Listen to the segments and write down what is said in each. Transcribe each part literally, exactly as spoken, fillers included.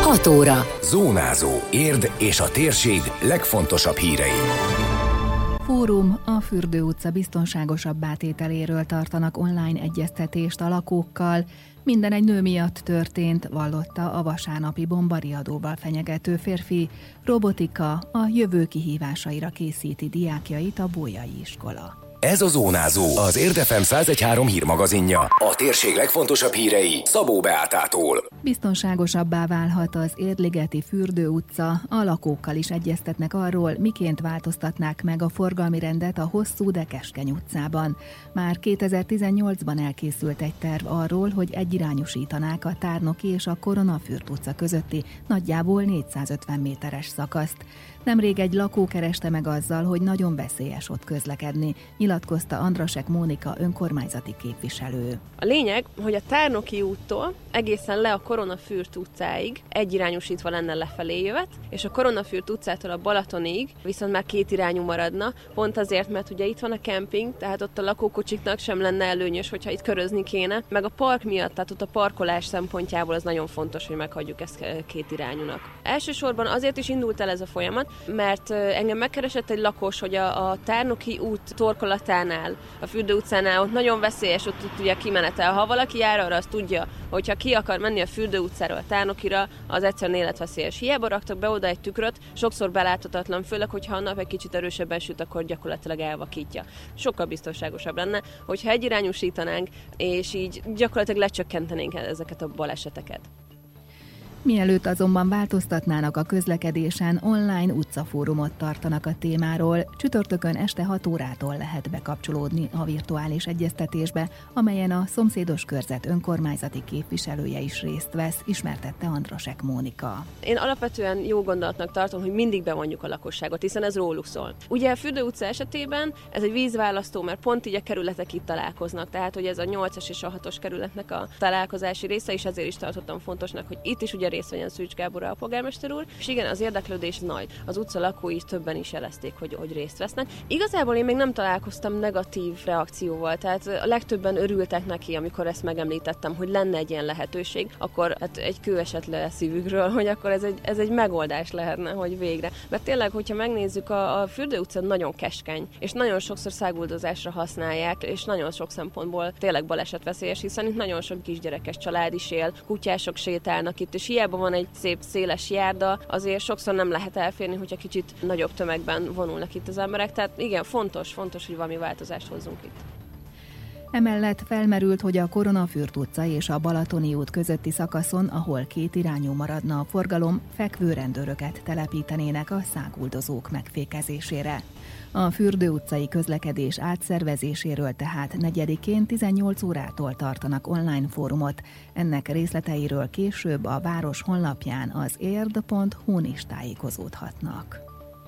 hat óra. Zónázó. Érd és a térség legfontosabb hírei. Fórum a Fürdő utca biztonságosabb átételéről tartanak online egyeztetést a lakókkal. Minden egy nő miatt történt, vallotta a vasárnapi bombariadóval fenyegető férfi. Robotika a jövő kihívásaira készíti diákjait a Bolyai iskola. Ez a Zónázó, az Érd ef em száz egy három hírmagazinja. A térség legfontosabb hírei Szabó Beátától. Biztonságosabbá válhat az Érdligeti Fürdő utca. A lakókkal is egyeztetnek arról, miként változtatnák meg a forgalmi rendet a hosszú, de keskeny utcában. Már kétezer-tizennyolcban elkészült egy terv arról, hogy egyirányosítanák a Tárnoki és a Koronafürt utca közötti nagyjából négyszázötven méteres szakaszt. Nemrég egy lakó kereste meg azzal, hogy nagyon veszélyes ott közlekedni, nyilatkozta Andrasek Mónika önkormányzati képviselő. A lényeg, hogy a Tárnoki úttól egészen le a Koronafürt utcáig egyirányosítva lenne lefelé jövet, és a Koronafürt utcától a Balatonig viszont már két irányú maradna, pont azért, mert ugye itt van a kemping, tehát ott a lakókocsiknak sem lenne előnyös, hogyha itt körözni kéne, meg a park miatt, tehát ott a parkolás szempontjából az nagyon fontos, hogy meghagyjuk ezt két irányúnak. Elsősorban azért is indult el ez a folyamat, mert engem megkeresett egy lakos, hogy a, a Tárnoki út torkolatánál, a Fürdő utcánál ott nagyon veszélyes, ott, ott ugye kimenetel. Ha valaki jár arra, az tudja, hogyha ki akar menni a Fürdő utcáról a Tárnokira, az egyszerűen életveszélyes. Hiába raktak be oda egy tükröt, sokszor beláthatatlan, főleg, hogyha a nap egy kicsit erősebben süt, akkor gyakorlatilag elvakítja. Sokkal biztonságosabb lenne, hogyha egyirányúsítanánk, és így gyakorlatilag lecsökkentenénk ezeket a baleseteket. Mielőtt azonban változtatnának a közlekedésen, online utcafórumot tartanak a témáról. Csütörtökön este hat órától lehet bekapcsolódni a virtuális egyeztetésbe, amelyen a szomszédos körzet önkormányzati képviselője is részt vesz, ismertette Andrasek Mónika. Én alapvetően jó gondolatnak tartom, hogy mindig bevonjuk a lakosságot, hiszen ez róluk szól. Ugye a Fürdő utca esetében ez egy vízválasztó, mert pont így a kerületek itt találkoznak, tehát hogy ez a nyolcas és a hatos kerületnek a találkozási része, és ezért is tartottam fontosnak, hogy itt is ugye részt vegyen Szűcs Gábor a polgármester úr, és igen, az érdeklődés nagy. Az utca lakói többen is jelezték, hogy, hogy részt vesznek. Igazából én még nem találkoztam negatív reakcióval, tehát a legtöbben örültek neki, amikor ezt megemlítettem, hogy lenne egy ilyen lehetőség, akkor hát egy kő esett le a szívükről, hogy akkor ez egy, ez egy megoldás lehetne, hogy végre. Mert tényleg, hogyha megnézzük, a, a Fürdő utca nagyon keskeny, és nagyon sokszor száguldozásra használják, és nagyon sok szempontból tényleg balesetveszélyes, hiszen itt nagyon sok kisgyerekes család is él, kutyások sétálnak itt, és hiába van egy szép széles járda, azért sokszor nem lehet elférni, hogyha kicsit nagyobb tömegben vonulnak itt az emberek. Tehát igen, fontos, fontos, hogy valami változást hozzunk itt. Emellett felmerült, hogy a Koronafürt utca és a Balatoni út közötti szakaszon, ahol két irányú maradna a forgalom, fekvő rendőröket telepítenének a száguldozók megfékezésére. A Fürdő utcai közlekedés átszervezéséről tehát negyedikén tizennyolc órától tartanak online fórumot. Ennek részleteiről később a város honlapján az érd pont hu-n is tájékozódhatnak.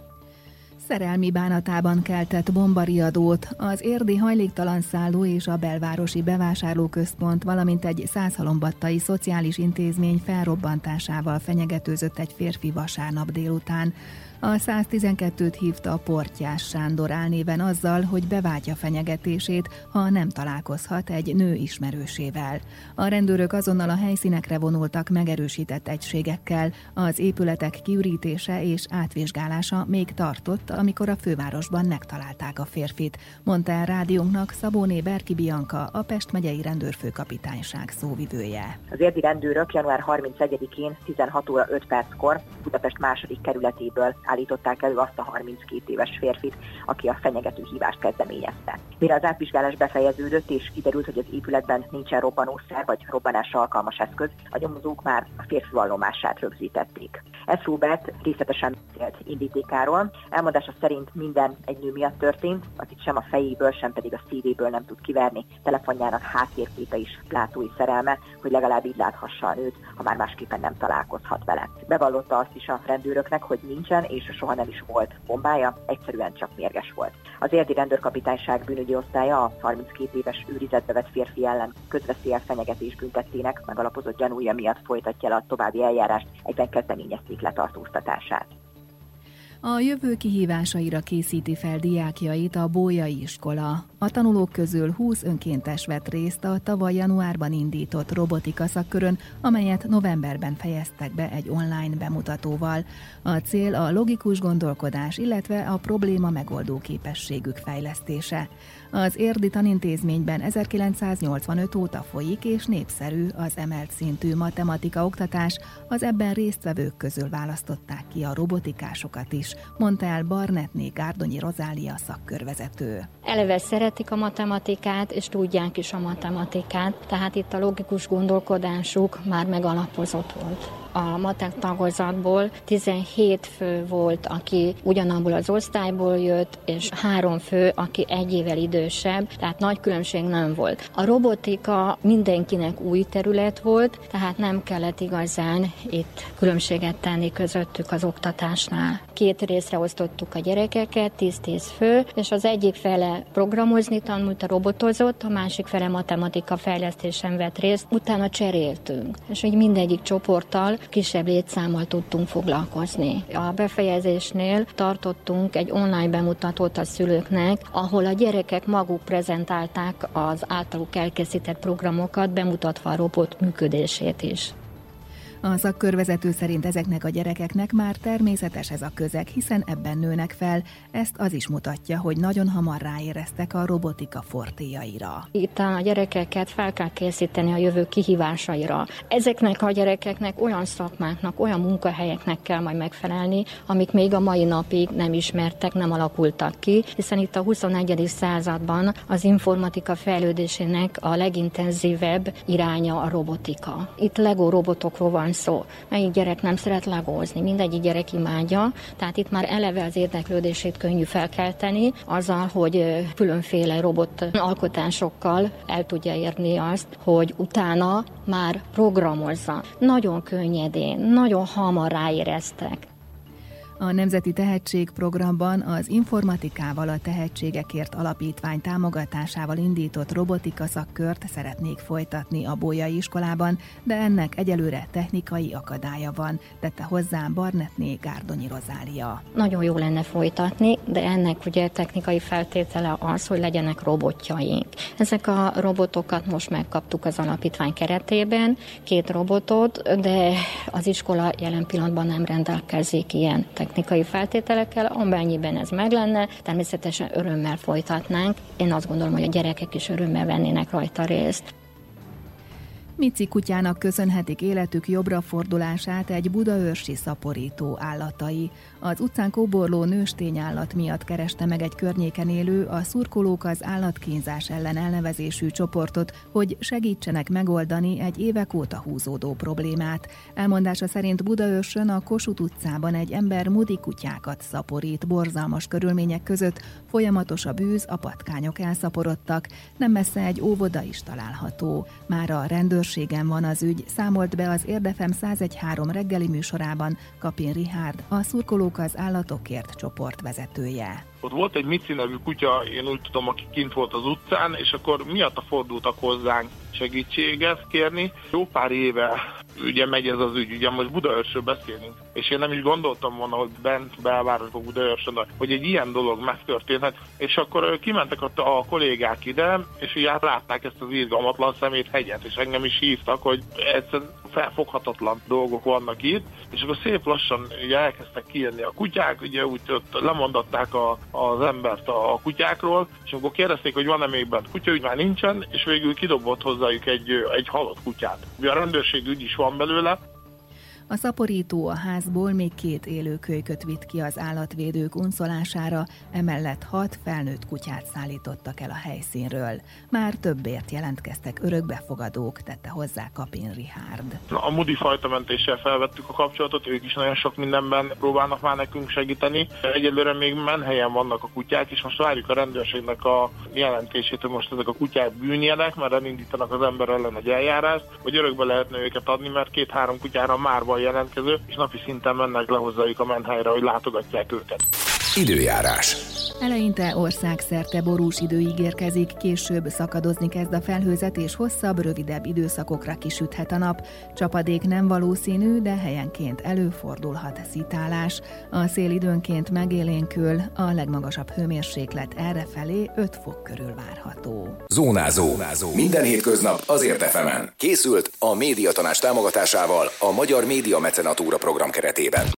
Szerelmi bánatában keltett bombariadót az érdi hajléktalan szálló és a belvárosi bevásárlóközpont, valamint egy százhalombattai szociális intézmény felrobbantásával fenyegetőzött egy férfi vasárnap délután. A száztizenkettőt hívta a Portyás Sándor álnéven azzal, hogy beváltja fenyegetését, ha nem találkozhat egy nő ismerősével. A rendőrök azonnal a helyszínekre vonultak megerősített egységekkel. Az épületek kiürítése és átvizsgálása még tartott, amikor a fővárosban megtalálták a férfit, mondta el rádiónknak Szabóné Berki Bianca, a Pest megyei rendőrfőkapitányság szóvivője. Az érdi rendőrök január harmincegyedikén tizenhat óra öt perckor Budapest második kerületéből állították elő azt a harminckét éves férfit, aki a fenyegető hívást kezdeményezte. Mire az átvizsgálás befejeződött és kiderült, hogy az épületben nincsen robbanószer vagy robbanásra alkalmas eszköz, a nyomozók már a férfi vallomását rögzítették. S. Róbert részletesen beszélt indítékáról. Elmondása szerint minden egy nő miatt történt, akit sem a fejéből, sem pedig a szívéből nem tud kiverni. Telefonjának háttérképe is látói szerelme, hogy legalább így láthassa a nőt, ha már másképpen nem találkozhat vele. Bevallotta azt is a rendőröknek, hogy nincsen és soha nem is volt bombája, egyszerűen csak mérges volt. Az érdi rendőrkapitányság bűnügyi osztálya a harminckét éves őrizetbe vett férfi ellen közveszéllyel fenyegetés büntettének megalapozott gyanúja miatt folytatja le a további eljárást, egyben kezdeményezték letartóztatását. A jövő kihívásaira készíti fel diákjait a Bolyai Iskola. A tanulók közül húsz önkéntes vett részt a tavaly januárban indított robotika szakkörön, amelyet novemberben fejeztek be egy online bemutatóval. A cél a logikus gondolkodás, illetve a probléma megoldó képességük fejlesztése. Az érdi tanintézményben ezerkilencszáznyolcvanöt óta folyik és népszerű az emelt szintű matematika oktatás, az ebben résztvevők közül választották ki a robotikásokat is, mondta el Barnetné Gárdonyi Rozália szakkörvezető. Eleve szeretik a matematikát, és tudják is a matematikát, tehát itt a logikus gondolkodásuk már megalapozott volt. A matek tagozatból tizenhét fő volt, aki ugyanabból az osztályból jött, és három fő, aki egy évvel idősebb, tehát nagy különbség nem volt. A robotika mindenkinek új terület volt, tehát nem kellett igazán itt különbséget tenni közöttük az oktatásnál. Két részre osztottuk a gyerekeket, tíz-tíz fő, és az egyik fele programozni tanult, a robotozott, a másik fele matematika fejlesztésen vett részt, utána cseréltünk. És így mindegyik csoporttal kisebb létszámmal tudtunk foglalkozni. A befejezésnél tartottunk egy online bemutatót a szülőknek, ahol a gyerekek maguk prezentálták az általuk elkészített programokat, bemutatva a robot működését is. A szakkörvezető szerint ezeknek a gyerekeknek már természetes ez a közeg, hiszen ebben nőnek fel. Ezt az is mutatja, hogy nagyon hamar ráéreztek a robotika fortéjaira. Itt a gyerekeket fel kell készíteni a jövő kihívásaira. Ezeknek a gyerekeknek olyan szakmáknak, olyan munkahelyeknek kell majd megfelelni, amik még a mai napig nem ismertek, nem alakultak ki, hiszen itt a huszonegyedik században az informatika fejlődésének a legintenzívebb iránya a robotika. Itt Lego robotokról van szó. Melyik gyerek nem szeret legózni, mindegyik gyerek imádja, tehát itt már eleve az érdeklődését könnyű felkelteni, azzal, hogy különféle robot alkotásokkal el tudja érni azt, hogy utána már programozza. Nagyon könnyedén, nagyon hamar ráéreztek. A Nemzeti Tehetségprogramban az Informatikával a Tehetségekért Alapítvány támogatásával indított robotika szakkört szeretnék folytatni a Bolyai Iskolában, de ennek egyelőre technikai akadálya van, tette hozzá Barnetné Gárdonyi Rozália. Nagyon jó lenne folytatni, de ennek ugye technikai feltétele az, hogy legyenek robotjaink. Ezek a robotokat most megkaptuk az alapítvány keretében, két robotot, de az iskola jelen pillanatban nem rendelkezik ilyen technikai feltételekkel, amennyiben ez meg lenne, természetesen örömmel folytatnánk. Én azt gondolom, hogy a gyerekek is örömmel vennének rajta részt. Mici kutyának köszönhetik életük jobbra fordulását egy budaörsi szaporító állatai. Az utcán kóborló nőstényállat miatt kereste meg egy környéken élő, a szurkolók az állatkínzás ellen elnevezésű csoportot, hogy segítsenek megoldani egy évek óta húzódó problémát. Elmondása szerint Budaörsön a Kossuth utcában egy ember mudi kutyákat szaporít borzalmas körülmények között, folyamatos a bűz, a patkányok elszaporodtak, nem messze egy óvoda is található. Már a rendőrségen van az ügy, számolt be az Érdefem száz egy három reggeli műsorában Kapin Richárd, a Szurkolók az állatokért csoport vezetője. Ott volt egy Mici nevű kutya, én úgy tudom, aki kint volt az utcán, és akkor miatta fordultak hozzánk segítséget kérni. Jó pár éve ugye megy ez az ügy, ugye most Budaörsről beszélünk, és én nem is gondoltam volna, hogy bent belvárosban Budaörsön, hogy egy ilyen dolog megtörténhet, és akkor kimentek a, a kollégák ide, és ugye hát látták ezt az irgalmatlan szemét hegyet, és engem is hívtak, hogy egyszerűen felfoghatatlan dolgok vannak itt, és akkor szép lassan ugye elkezdtek kijönni a kutyák, ugye úgy ott lemondatták a, az embert a, a kutyákról, és akkor kérdezték, hogy van-e még bent kutya, úgy már nincsen, és végül kidobott hozzájuk egy, egy halott kutyát. Ugye a rendőrség ügy is van belőle. A szaporító a házból még két élő kölyköt vitt ki az állatvédők unszolására, emellett hat felnőtt kutyát szállítottak el a helyszínről. Már többért jelentkeztek örökbefogadók, tette hozzá Kapin Richárd. A Mudi fajtamentéssel felvettük a kapcsolatot, ők is nagyon sok mindenben próbálnak már nekünk segíteni. Egyelőre még menhelyen vannak a kutyák, és most várjuk a rendőrségnek a jelentését, hogy most ezek a kutyák bűnjelek, mert elindítanak az ember ellen egy eljárást, hogy örökbe lehetne őket adni, mert két-három kutyára már van jelentkező, és napi szinten mennek le hozzájuk a menhelyre, hogy látogatják őket. Időjárás. Eleinte országszerte borús idő ígérkezik, később szakadozni kezd a felhőzet, és hosszabb, rövidebb időszakokra kisüthet a nap. Csapadék nem valószínű, de helyenként előfordulhat szitálás. A szél időnként megélénkül, a legmagasabb hőmérséklet errefelé öt fok körül várható. Zónázó. Zónázó. Minden hétköznap azért ef emen. Készült a Médiatanács támogatásával a Magyar Média Mecenatúra program keretében.